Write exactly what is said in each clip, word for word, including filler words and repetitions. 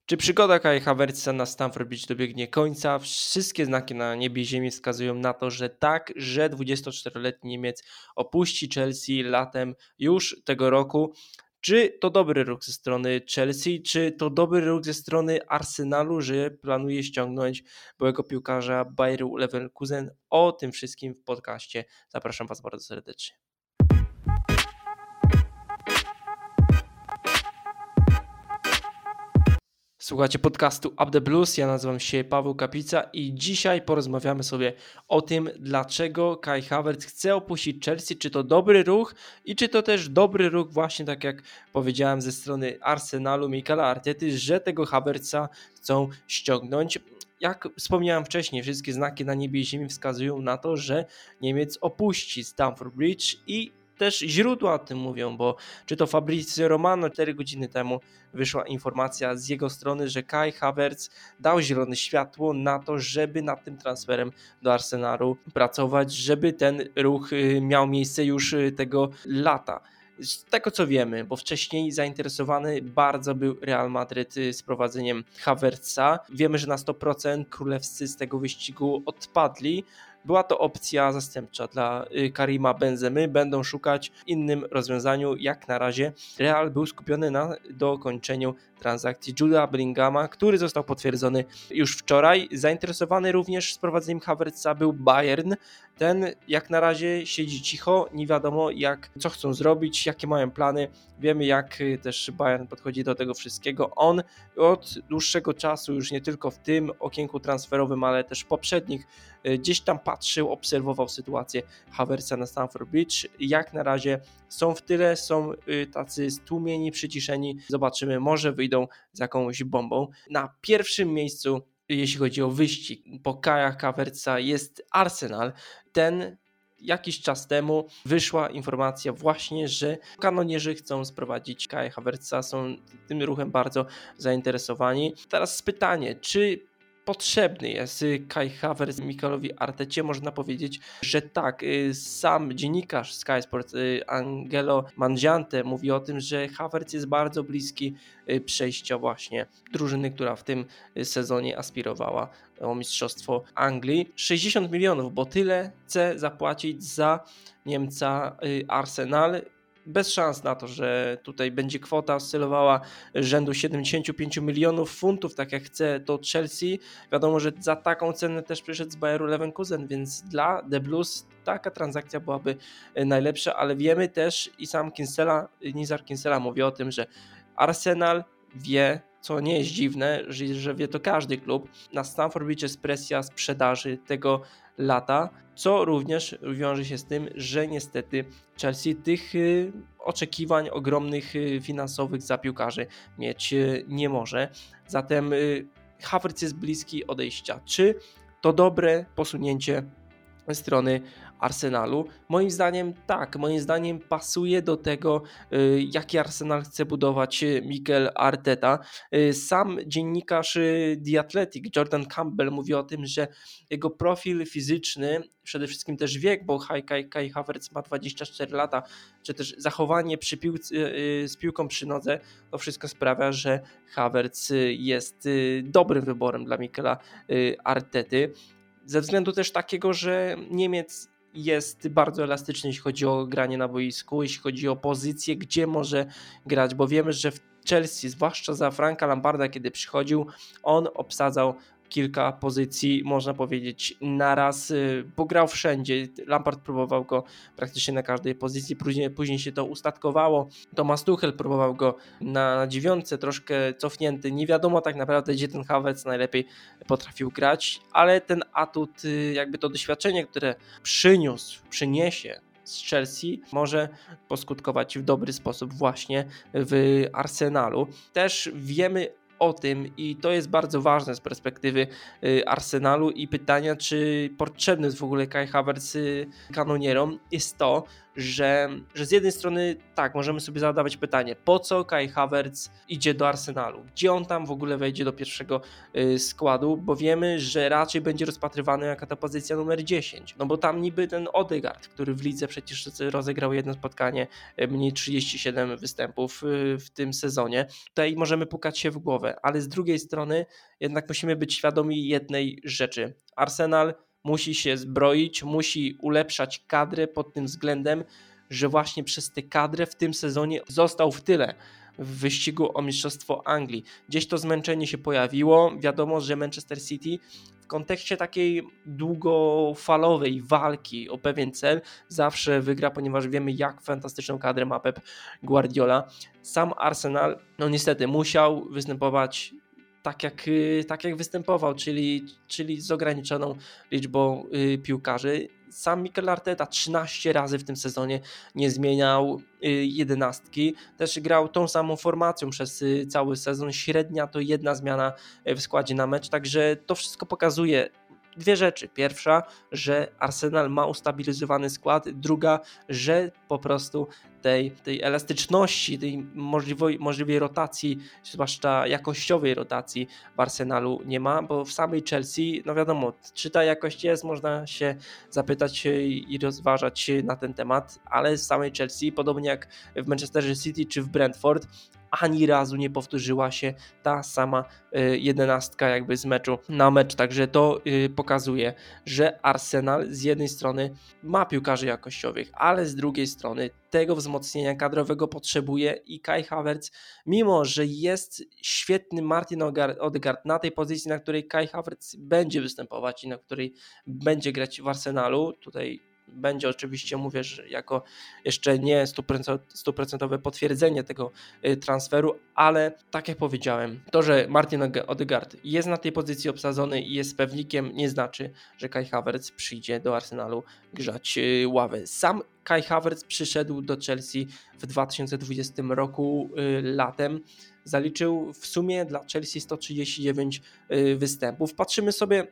Czy przygoda Kai Havertza na Stamford Bridge dobiegnie końca? Wszystkie znaki na niebie i ziemi wskazują na to, że tak, że dwudziestoczteroletni Niemiec opuści Chelsea latem już tego roku. Czy to dobry ruch ze strony Chelsea, czy to dobry ruch ze strony Arsenalu, że planuje ściągnąć byłego piłkarza Bayeru Leverkusen? O tym wszystkim w podcaście zapraszam Was bardzo serdecznie. Słuchajcie podcastu Up The Blues, ja nazywam się Paweł Kapica i dzisiaj porozmawiamy sobie o tym, dlaczego Kai Havertz chce opuścić Chelsea, czy to dobry ruch i czy to też dobry ruch właśnie tak jak powiedziałem ze strony Arsenalu Mikela Artety, że tego Havertza chcą ściągnąć. Jak wspomniałem wcześniej, wszystkie znaki na niebie i ziemi wskazują na to, że Niemiec opuści Stamford Bridge i też źródła o tym mówią, bo czy to Fabrizio Romano cztery godziny temu wyszła informacja z jego strony, że Kai Havertz dał zielone światło na to, żeby nad tym transferem do Arsenalu pracować, żeby ten ruch miał miejsce już tego lata. Z tego co wiemy, bo wcześniej zainteresowany bardzo był Real Madryt sprowadzeniem Havertza. Wiemy, że na sto procent królewscy z tego wyścigu odpadli. Była to opcja zastępcza dla Karima Benzemy. Będą szukać innym rozwiązaniu. Jak na razie Real był skupiony na dokończeniu transakcji Jude'a Bellinghama, który został potwierdzony już wczoraj. Zainteresowany również sprowadzeniem Havertza był Bayern. Ten jak na razie siedzi cicho, nie wiadomo jak, co chcą zrobić, jakie mają plany. Wiemy jak też Bayern podchodzi do tego wszystkiego. On od dłuższego czasu, już nie tylko w tym okienku transferowym, ale też poprzednich, gdzieś tam patrzył, obserwował sytuację Havertza na Stamford Bridge. Jak na razie są w tyle, są tacy stłumieni, przyciszeni. Zobaczymy, może wyjdą z jakąś bombą. Na pierwszym miejscu, jeśli chodzi o wyścig po Kaja Havertza, jest Arsenal. Ten jakiś czas temu wyszła informacja właśnie, że kanonierzy chcą sprowadzić Kaja Havertza, są tym ruchem bardzo zainteresowani. Teraz pytanie, czy potrzebny jest Kai Havertz Mikelowi Artecie? Można powiedzieć, że tak. Sam dziennikarz Sky Sport Angelo Mangiante mówi o tym, że Havertz jest bardzo bliski przejścia właśnie drużyny, która w tym sezonie aspirowała o mistrzostwo Anglii. sześćdziesiąt milionów, bo tyle chce zapłacić za Niemca Arsenal. Bez szans na to, że tutaj będzie kwota oscylowała rzędu siedemdziesiąt pięć milionów funtów, tak jak chce to Chelsea. Wiadomo, że za taką cenę też przyszedł z Bayeru Leverkusen, więc dla The Blues taka transakcja byłaby najlepsza, ale wiemy też i sam Kinsella, Nizar Kinsella mówi o tym, że Arsenal wie, co nie jest dziwne, że, że wie to każdy klub. Na Stamford Bridge jest presja sprzedaży tego lata, co również wiąże się z tym, że niestety Chelsea tych y, oczekiwań ogromnych y, finansowych za piłkarzy mieć y, nie może. Zatem y, Havertz jest bliski odejścia. Czy to dobre posunięcie strony Arsenalu? Moim zdaniem tak, moim zdaniem pasuje do tego, jaki Arsenal chce budować Mikel Arteta. Sam dziennikarz The Athletic, Jordan Campbell, mówi o tym, że jego profil fizyczny, przede wszystkim też wiek, bo Kai, Kai Havertz ma dwadzieścia cztery lata, czy też zachowanie przy piłce, z piłką przy nodze, to wszystko sprawia, że Havertz jest dobrym wyborem dla Mikela Artety. Ze względu też takiego, że Niemiec jest bardzo elastyczny, jeśli chodzi o granie na boisku, jeśli chodzi o pozycję, gdzie może grać, bo wiemy, że w Chelsea, zwłaszcza za Franka Lamparda, kiedy przychodził, on obsadzał kilka pozycji, można powiedzieć, naraz, bo grał wszędzie. Lampard próbował go praktycznie na każdej pozycji, później, później się to ustatkowało. Thomas Tuchel próbował go na, na dziewiątce, troszkę cofnięty. Nie wiadomo tak naprawdę, gdzie ten Havertz najlepiej potrafił grać, ale ten atut, jakby to doświadczenie, które przyniósł, przyniesie z Chelsea, może poskutkować w dobry sposób właśnie w Arsenalu. Też wiemy o tym i to jest bardzo ważne z perspektywy Arsenalu i pytania, czy potrzebny jest w ogóle Kai Havertz kanonierom, jest to, że, że z jednej strony tak, możemy sobie zadawać pytanie, po co Kai Havertz idzie do Arsenalu, gdzie on tam w ogóle wejdzie do pierwszego y, składu, bo wiemy, że raczej będzie rozpatrywany jako ta pozycja numer dziesięć, no bo tam niby ten Odegaard, który w lidze przecież rozegrał jedno spotkanie, mniej trzydzieści siedem występów y, w tym sezonie, tutaj możemy pukać się w głowę, kadrowe, ale z drugiej strony jednak musimy być świadomi jednej rzeczy. Arsenal musi się zbroić, musi ulepszać kadrę pod tym względem, że właśnie przez tę kadrę w tym sezonie został w tyle w wyścigu o mistrzostwo Anglii. Gdzieś to zmęczenie się pojawiło. Wiadomo, że Manchester City w kontekście takiej długofalowej walki o pewien cel zawsze wygra, ponieważ wiemy, jak fantastyczną kadrę ma Pep Guardiola. Sam Arsenal, no niestety, musiał występować tak jak, tak jak występował, czyli, czyli z ograniczoną liczbą y, piłkarzy. Sam Mikel Arteta trzynaście razy w tym sezonie nie zmieniał y, jedenastki. Też grał tą samą formacją przez y, cały sezon. Średnia to jedna zmiana w składzie na mecz, także to wszystko pokazuje dwie rzeczy. Pierwsza, że Arsenal ma ustabilizowany skład. Druga, że po prostu tej, tej elastyczności, tej możliwej, możliwej rotacji, zwłaszcza jakościowej rotacji w Arsenalu nie ma, bo w samej Chelsea, no wiadomo, czy ta jakość jest, można się zapytać i rozważać na ten temat, ale w samej Chelsea, podobnie jak w Manchesterze City czy w Brentford, ani razu nie powtórzyła się ta sama jedenastka jakby z meczu na mecz, także to pokazuje, że Arsenal z jednej strony ma piłkarzy jakościowych, ale z drugiej strony tego wzmocnienia kadrowego potrzebuje i Kai Havertz, mimo że jest świetny Martin Odegaard na tej pozycji, na której Kai Havertz będzie występować i na której będzie grać w Arsenalu, tutaj będzie oczywiście, mówię, że jako jeszcze nie stuprocentowe potwierdzenie tego transferu, ale tak jak powiedziałem, to, że Martin Odegaard jest na tej pozycji obsadzony i jest pewnikiem, nie znaczy, że Kai Havertz przyjdzie do Arsenalu grzać ławę. Sam Kai Havertz przyszedł do Chelsea w dwa tysiące dwudziestym roku latem. Zaliczył w sumie dla Chelsea sto trzydzieści dziewięć występów. Patrzymy sobie,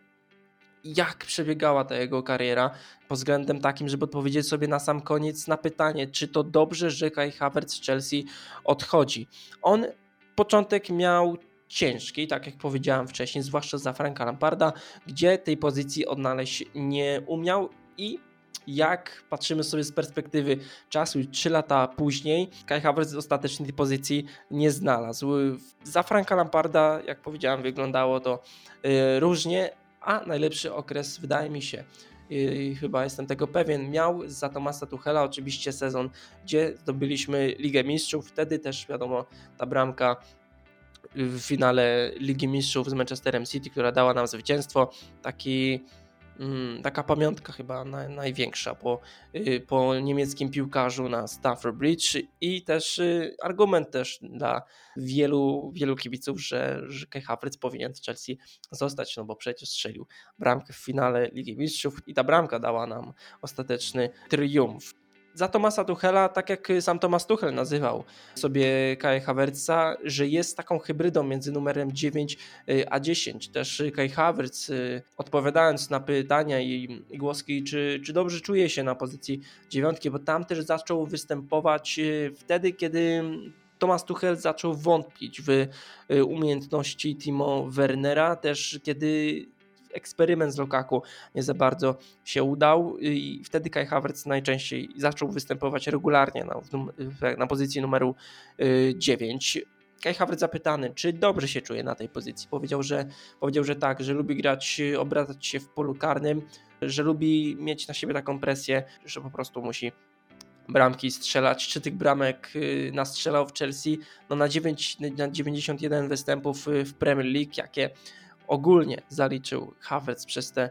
jak przebiegała ta jego kariera pod względem takim, żeby odpowiedzieć sobie na sam koniec na pytanie, czy to dobrze, że Kai Havertz z Chelsea odchodzi. On początek miał ciężki, tak jak powiedziałem wcześniej, zwłaszcza za Franka Lamparda, gdzie tej pozycji odnaleźć nie umiał i jak patrzymy sobie z perspektywy czasu, trzy lata później, Kai Havertz ostatecznie tej pozycji nie znalazł. Za Franka Lamparda, jak powiedziałem, wyglądało to yy, różnie, a najlepszy okres, wydaje mi się, i chyba jestem tego pewien, miał za Thomasa Tuchela oczywiście sezon, gdzie zdobyliśmy Ligę Mistrzów. Wtedy też wiadomo, ta bramka w finale Ligi Mistrzów z Manchesterem City, która dała nam zwycięstwo, taki taka pamiątka chyba naj, największa po, po niemieckim piłkarzu na Stamford Bridge i też argument też dla wielu, wielu kibiców, że, że Kai Havertz powinien w Chelsea zostać, no bo przecież strzelił bramkę w finale Ligi Mistrzów i ta bramka dała nam ostateczny triumf. Za Thomasa Tuchela, tak jak sam Thomas Tuchel nazywał sobie Kai Havertza, że jest taką hybrydą między numerem dziewięć a dziesięć. Też Kai Havertz, odpowiadając na pytania i głoski, czy, czy dobrze czuje się na pozycji dziewiątki, bo tam też zaczął występować wtedy, kiedy Thomas Tuchel zaczął wątpić w umiejętności Timo Wernera, też kiedy eksperyment z Lukaku nie za bardzo się udał i wtedy Kai Havertz najczęściej zaczął występować regularnie na, na pozycji numeru dziewięć. Kai Havertz zapytany, czy dobrze się czuje na tej pozycji, powiedział, że, powiedział, że tak, że lubi grać, obracać się w polu karnym, że lubi mieć na siebie taką presję, że po prostu musi bramki strzelać. Czy tych bramek nastrzelał w Chelsea? No na, dziewięć, na dziewięćdziesiąt jeden występów w Premier League, jakie ogólnie zaliczył Havertz przez te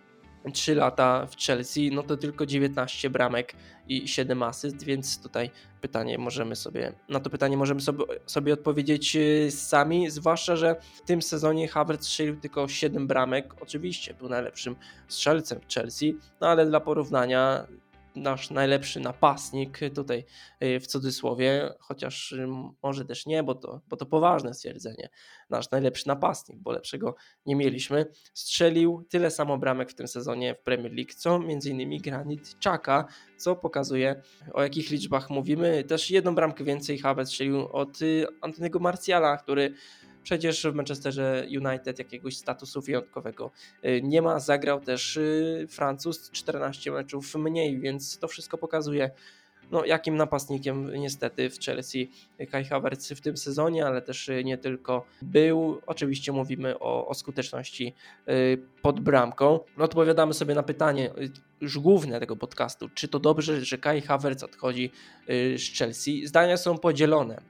trzy lata w Chelsea, no to tylko dziewiętnaście bramek i siedem asyst, więc tutaj pytanie możemy sobie, na to pytanie możemy sobie, sobie odpowiedzieć sami, zwłaszcza, że w tym sezonie Havertz strzelił tylko siedem bramek, oczywiście był najlepszym strzelcem Chelsea, no ale dla porównania nasz najlepszy napastnik, tutaj w cudzysłowie, chociaż może też nie, bo to, bo to poważne stwierdzenie, nasz najlepszy napastnik, bo lepszego nie mieliśmy, strzelił tyle samo bramek w tym sezonie w Premier League, co m.in. Granit Xhaka, co pokazuje, o jakich liczbach mówimy. Też jedną bramkę więcej Havertz strzelił od Antoniego Martiala, który przecież w Manchesterze United jakiegoś statusu wyjątkowego nie ma. Zagrał też Francuz czternaście meczów mniej, więc to wszystko pokazuje, no jakim napastnikiem niestety w Chelsea Kai Havertz w tym sezonie, ale też nie tylko był. Oczywiście mówimy o, o skuteczności pod bramką. No odpowiadamy sobie na pytanie już główne tego podcastu, czy to dobrze, że Kai Havertz odchodzi z Chelsea. Zdania są podzielone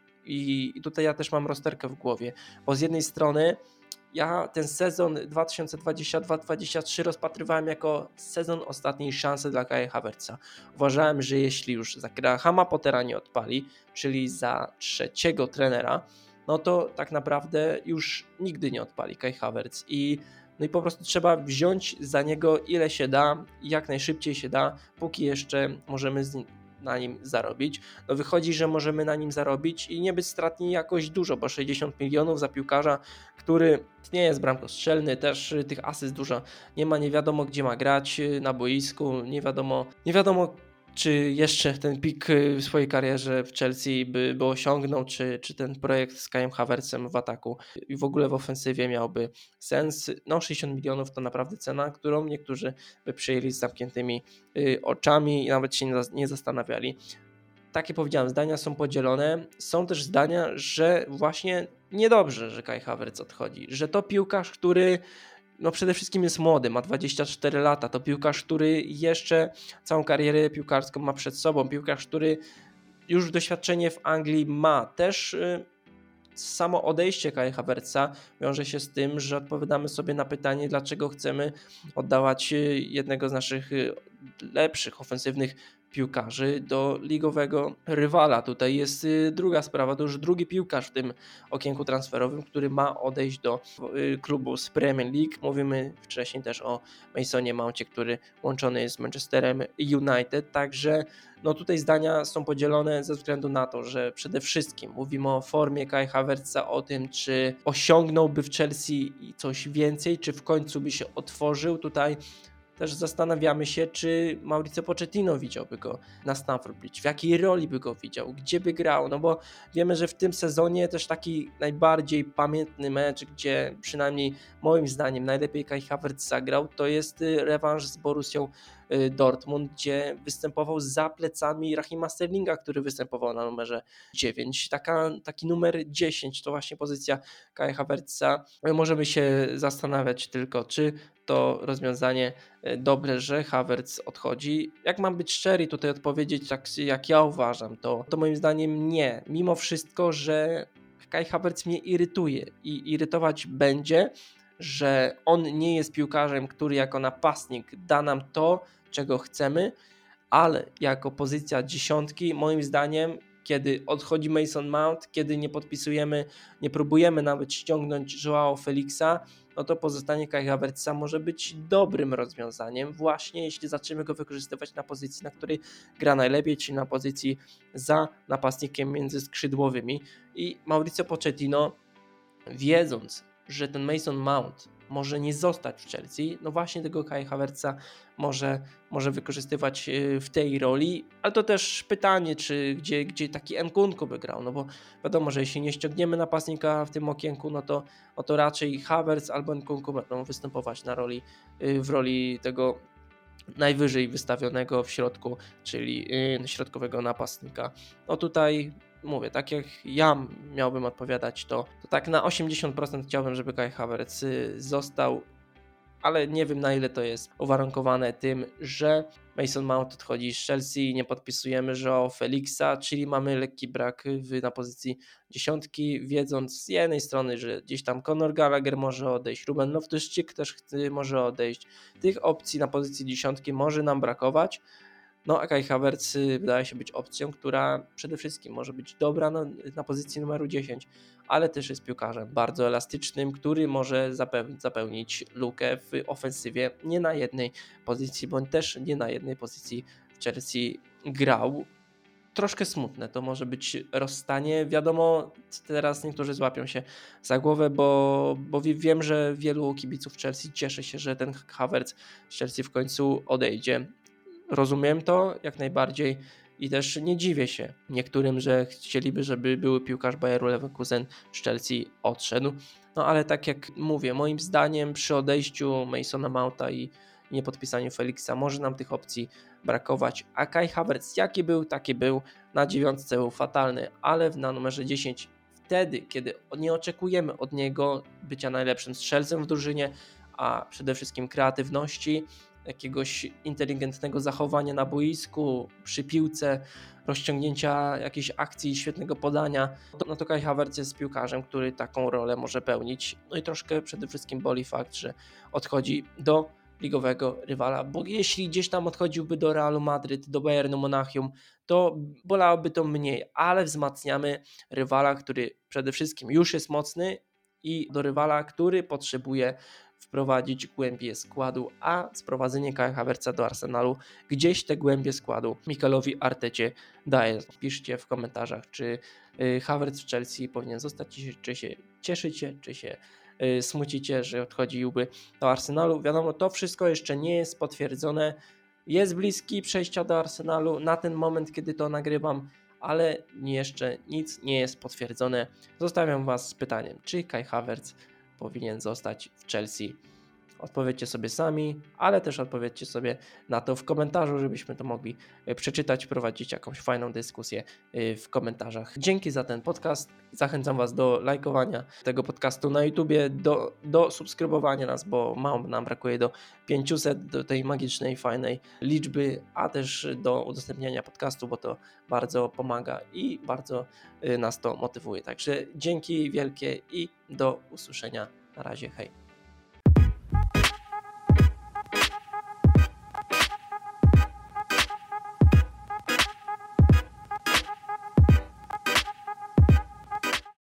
i tutaj ja też mam rozterkę w głowie, bo z jednej strony ja ten sezon dwa tysiące dwudziesty drugi dwudziesty trzeci rozpatrywałem jako sezon ostatniej szansy dla Kai Havertza. Uważałem, że jeśli już za Grahama Pottera nie odpali, czyli za trzeciego trenera, no to tak naprawdę już nigdy nie odpali Kai Havertz i no i po prostu trzeba wziąć za niego ile się da, jak najszybciej się da, póki jeszcze możemy z nim na nim zarobić. No wychodzi, że możemy na nim zarobić i nie być stratni jakoś dużo, bo sześćdziesiąt milionów za piłkarza, który nie jest bramkostrzelny, też tych asyst dużo nie ma, nie wiadomo gdzie ma grać na boisku, nie wiadomo, nie wiadomo czy jeszcze ten pik w swojej karierze w Chelsea by, by osiągnął, czy, czy ten projekt z Kaiem Havertzem w ataku i w ogóle w ofensywie miałby sens. No sześćdziesiąt milionów to naprawdę cena, którą niektórzy by przyjęli z zamkniętymi y, oczami i nawet się nie, nie zastanawiali. Tak jak powiedziałem, zdania są podzielone. Są też zdania, że właśnie niedobrze, że Kai Havertz odchodzi, że to piłkarz, który no przede wszystkim jest młody, ma dwadzieścia cztery lata, to piłkarz, który jeszcze całą karierę piłkarską ma przed sobą, piłkarz, który już doświadczenie w Anglii ma. Też y, samo odejście Kai Havertza wiąże się z tym, że odpowiadamy sobie na pytanie, dlaczego chcemy oddawać jednego z naszych lepszych ofensywnych piłkarzy do ligowego rywala. Tutaj jest druga sprawa, to już drugi piłkarz w tym okienku transferowym, który ma odejść do klubu z Premier League. Mówimy wcześniej też o Masonie Mouncie, który łączony jest z Manchesterem United, także no tutaj zdania są podzielone ze względu na to, że przede wszystkim mówimy o formie Kai Havertza, o tym, czy osiągnąłby w Chelsea coś więcej, czy w końcu by się otworzył. Tutaj też zastanawiamy się, czy Mauricio Pochettino widziałby go na Stamford Bridge, w jakiej roli by go widział, gdzie by grał, no bo wiemy, że w tym sezonie też taki najbardziej pamiętny mecz, gdzie przynajmniej moim zdaniem najlepiej Kai Havertz zagrał, to jest rewanż z Borussią Dortmund, gdzie występował za plecami Rahima Sterlinga, który występował na numerze dziewięć. Taka, taki numer dziesięć to właśnie pozycja Kai Havertza. Możemy się zastanawiać tylko, czy to rozwiązanie dobre, że Havertz odchodzi. Jak mam być szczery, tutaj odpowiedzieć tak jak ja uważam, to, to moim zdaniem nie. Mimo wszystko, że Kai Havertz mnie irytuje i irytować będzie, że on nie jest piłkarzem, który jako napastnik da nam to, czego chcemy, ale jako pozycja dziesiątki, moim zdaniem, kiedy odchodzi Mason Mount, kiedy nie podpisujemy, nie próbujemy nawet ściągnąć Joao Felixa, no to pozostanie Kai Havertza może być dobrym rozwiązaniem, właśnie jeśli zaczniemy go wykorzystywać na pozycji, na której gra najlepiej, czyli na pozycji za napastnikiem między skrzydłowymi. I Mauricio Pochettino, wiedząc, że ten Mason Mount może nie zostać w Chelsea, no właśnie tego Kai Havertza może, może wykorzystywać w tej roli, ale to też pytanie, czy gdzie, gdzie taki Nkunku by grał, no bo wiadomo, że jeśli nie ściągniemy napastnika w tym okienku, no to, no to raczej Havertz albo Nkunku będą występować na roli, w roli tego najwyżej wystawionego w środku, czyli środkowego napastnika. No tutaj mówię, tak jak ja miałbym odpowiadać, to, to tak na osiemdziesiąt procent chciałbym, żeby Kai Havertz został, ale nie wiem na ile to jest uwarunkowane tym, że Mason Mount odchodzi z Chelsea, nie podpisujemy Joao Felixa, czyli mamy lekki brak w, na pozycji dziesiątki, wiedząc z jednej strony, że gdzieś tam Conor Gallagher może odejść, Ruben Loftus-Cheek też może odejść, tych opcji na pozycji dziesiątki może nam brakować. No a Kai Havertz wydaje się być opcją, która przede wszystkim może być dobra na, na pozycji numeru dziesięć, ale też jest piłkarzem bardzo elastycznym, który może zapełnić, zapełnić lukę w ofensywie nie na jednej pozycji, bądź też nie na jednej pozycji w Chelsea grał. Troszkę smutne to może być rozstanie. Wiadomo, teraz niektórzy złapią się za głowę, bo, bo wiem, że wielu kibiców Chelsea cieszy się, że ten Havertz z Chelsea w końcu odejdzie. Rozumiem to jak najbardziej i też nie dziwię się niektórym, że chcieliby, żeby były piłkarz Bayeru Leverkusen z Chelsea odszedł. No ale tak jak mówię, moim zdaniem przy odejściu Masona Mounta i, i niepodpisaniu Felixa może nam tych opcji brakować, a Kai Havertz jaki był, taki był, na dziewiątce był fatalny, ale na numerze dziesięć wtedy, kiedy nie oczekujemy od niego bycia najlepszym strzelcem w drużynie, a przede wszystkim kreatywności, jakiegoś inteligentnego zachowania na boisku, przy piłce, rozciągnięcia jakiejś akcji, świetnego podania, no to Kai Havertz jest piłkarzem, który taką rolę może pełnić. No i troszkę przede wszystkim boli fakt, że odchodzi do ligowego rywala, bo jeśli gdzieś tam odchodziłby do Realu Madryt, do Bayernu Monachium, to bolałoby to mniej, ale wzmacniamy rywala, który przede wszystkim już jest mocny i do rywala, który potrzebuje wprowadzić głębie składu, a sprowadzenie Kai Havertza do Arsenalu gdzieś te głębie składu Mikelowi Artecie daje. Piszcie w komentarzach, czy Havertz w Chelsea powinien zostać, czy się cieszycie, czy się smucicie, że odchodziłby do Arsenalu. Wiadomo, to wszystko jeszcze nie jest potwierdzone, jest bliski przejścia do Arsenalu na ten moment, kiedy to nagrywam, ale jeszcze nic nie jest potwierdzone. Zostawiam Was z pytaniem, czy Kai Havertz powinien zostać w Chelsea. Odpowiedzcie sobie sami, ale też odpowiedzcie sobie na to w komentarzu, żebyśmy to mogli przeczytać, prowadzić jakąś fajną dyskusję w komentarzach. Dzięki za ten podcast. Zachęcam Was do lajkowania tego podcastu na YouTubie, do, do subskrybowania nas, bo mało nam brakuje do pięciuset, do tej magicznej, fajnej liczby, a też do udostępniania podcastu, bo to bardzo pomaga i bardzo nas to motywuje. Także dzięki wielkie i do usłyszenia. Na razie, hej.